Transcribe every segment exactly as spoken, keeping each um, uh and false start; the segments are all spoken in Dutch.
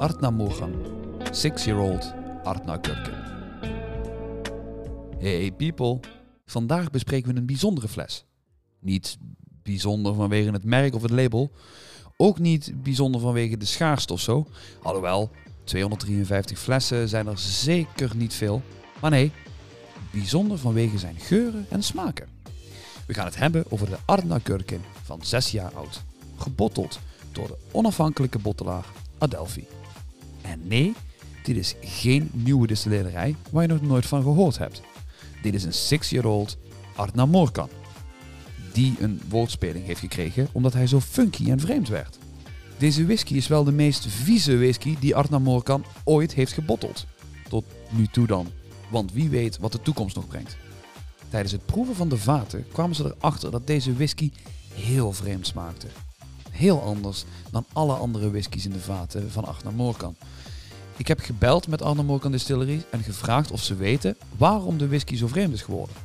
Artna Morgan, six-year-old Artna Gurkin. Hey people, vandaag bespreken we een bijzondere fles. Niet bijzonder vanwege het merk of het label, ook niet bijzonder vanwege de schaarste of zo. Alhoewel, tweehonderddrieënvijftig flessen zijn er zeker niet veel. Maar nee, bijzonder vanwege zijn geuren en smaken. We gaan het hebben over de Artna Gurkin van zes jaar oud. Gebotteld door de onafhankelijke bottelaar Adelphi. En nee, dit is geen nieuwe distillerij waar je nog nooit van gehoord hebt. Dit is een six-year-old Artna Morgan. Die een woordspeling heeft gekregen omdat hij zo funky en vreemd werd. Deze whisky is wel de meest vieze whisky die Artna Morgan ooit heeft gebotteld. Tot nu toe dan, want wie weet wat de toekomst nog brengt. Tijdens het proeven van de vaten kwamen ze erachter dat deze whisky heel vreemd smaakte. Heel anders dan alle andere whiskies in de vaten van Artna Morgan. Ik heb gebeld met Artna Morgan Distillery en gevraagd of ze weten waarom de whisky zo vreemd is geworden.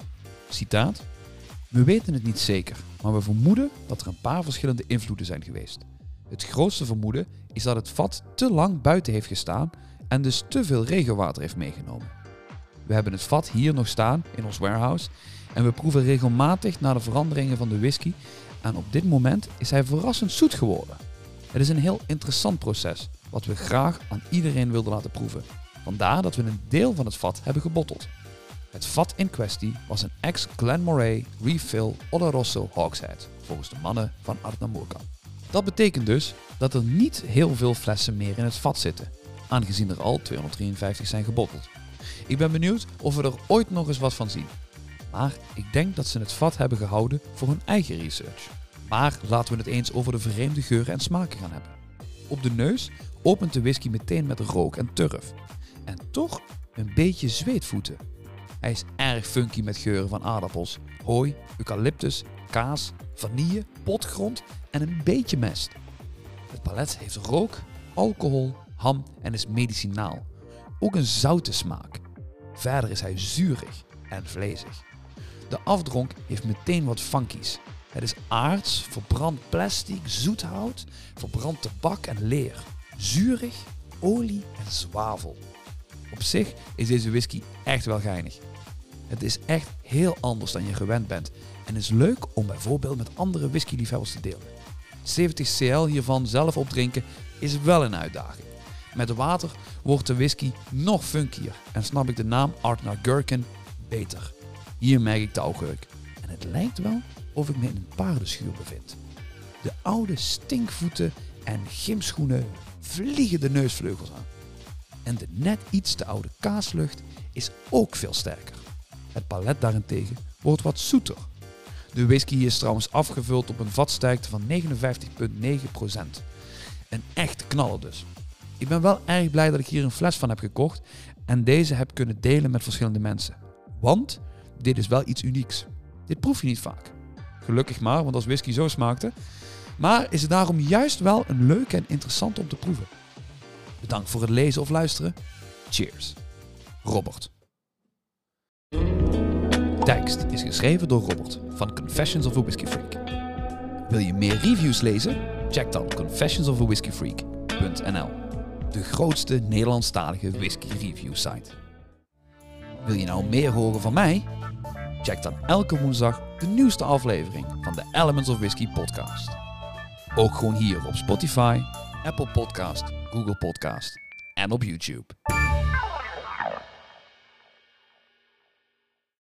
Citaat: we weten het niet zeker, maar we vermoeden dat er een paar verschillende invloeden zijn geweest. Het grootste vermoeden is dat het vat te lang buiten heeft gestaan en dus te veel regenwater heeft meegenomen. We hebben het vat hier nog staan in ons warehouse en we proeven regelmatig naar de veranderingen van de whisky en op dit moment is hij verrassend zoet geworden. Het is een heel interessant proces wat we graag aan iedereen wilden laten proeven. Vandaar dat we een deel van het vat hebben gebotteld. Het vat in kwestie was een ex-Glenmorangie Refill Oloroso Hogshead, volgens de mannen van Artna Morgan. Dat betekent dus dat er niet heel veel flessen meer in het vat zitten, aangezien er al tweehonderddrieënvijftig zijn gebotteld. Ik ben benieuwd of we er ooit nog eens wat van zien. Maar ik denk dat ze het vat hebben gehouden voor hun eigen research. Maar laten we het eens over de vreemde geuren en smaken gaan hebben. Op de neus opent de whisky meteen met rook en turf. En toch een beetje zweetvoeten. Hij is erg funky met geuren van aardappels, hooi, eucalyptus, kaas, vanille, potgrond en een beetje mest. Het palet heeft rook, alcohol, ham en is medicinaal. Ook een zoute smaak. Verder is hij zuurig en vlezig. De afdronk heeft meteen wat funkies. Het is aards, verbrand plastic, zoet hout, verbrand tabak en leer. Zuurig, olie en zwavel. Op zich is deze whisky echt wel geinig. Het is echt heel anders dan je gewend bent en is leuk om bijvoorbeeld met andere whiskyliefhebbers te delen. zeventig milliliter hiervan zelf opdrinken is wel een uitdaging. Met water wordt de whisky nog funkier en snap ik de naam Artna Gurkin beter. Hier merk ik de augurk en het lijkt wel of ik me in een paardenschuur bevind. De oude stinkvoeten en gymschoenen vliegen de neusvleugels aan. En de net iets te oude kaaslucht is ook veel sterker. Het palet daarentegen wordt wat zoeter. De whisky is trouwens afgevuld op een vatsterkte van negenenvijftig komma negen procent. Een echte knaller dus. Ik ben wel erg blij dat ik hier een fles van heb gekocht en deze heb kunnen delen met verschillende mensen. Want dit is wel iets unieks. Dit proef je niet vaak. Gelukkig maar, want als whisky zo smaakte. Maar is het daarom juist wel een leuke en interessant om te proeven. Bedankt voor het lezen of luisteren. Cheers. Robert. Tekst is geschreven door Robert van Confessions of a Whisky Freak. Wil je meer reviews lezen? Check dan confessions of a whisky freak punt n l. De grootste Nederlandstalige whisky review site. Wil je nou meer horen van mij? Check dan elke woensdag de nieuwste aflevering van de Elements of Whisky podcast. Ook gewoon hier op Spotify, Apple Podcast, Google Podcast en op YouTube.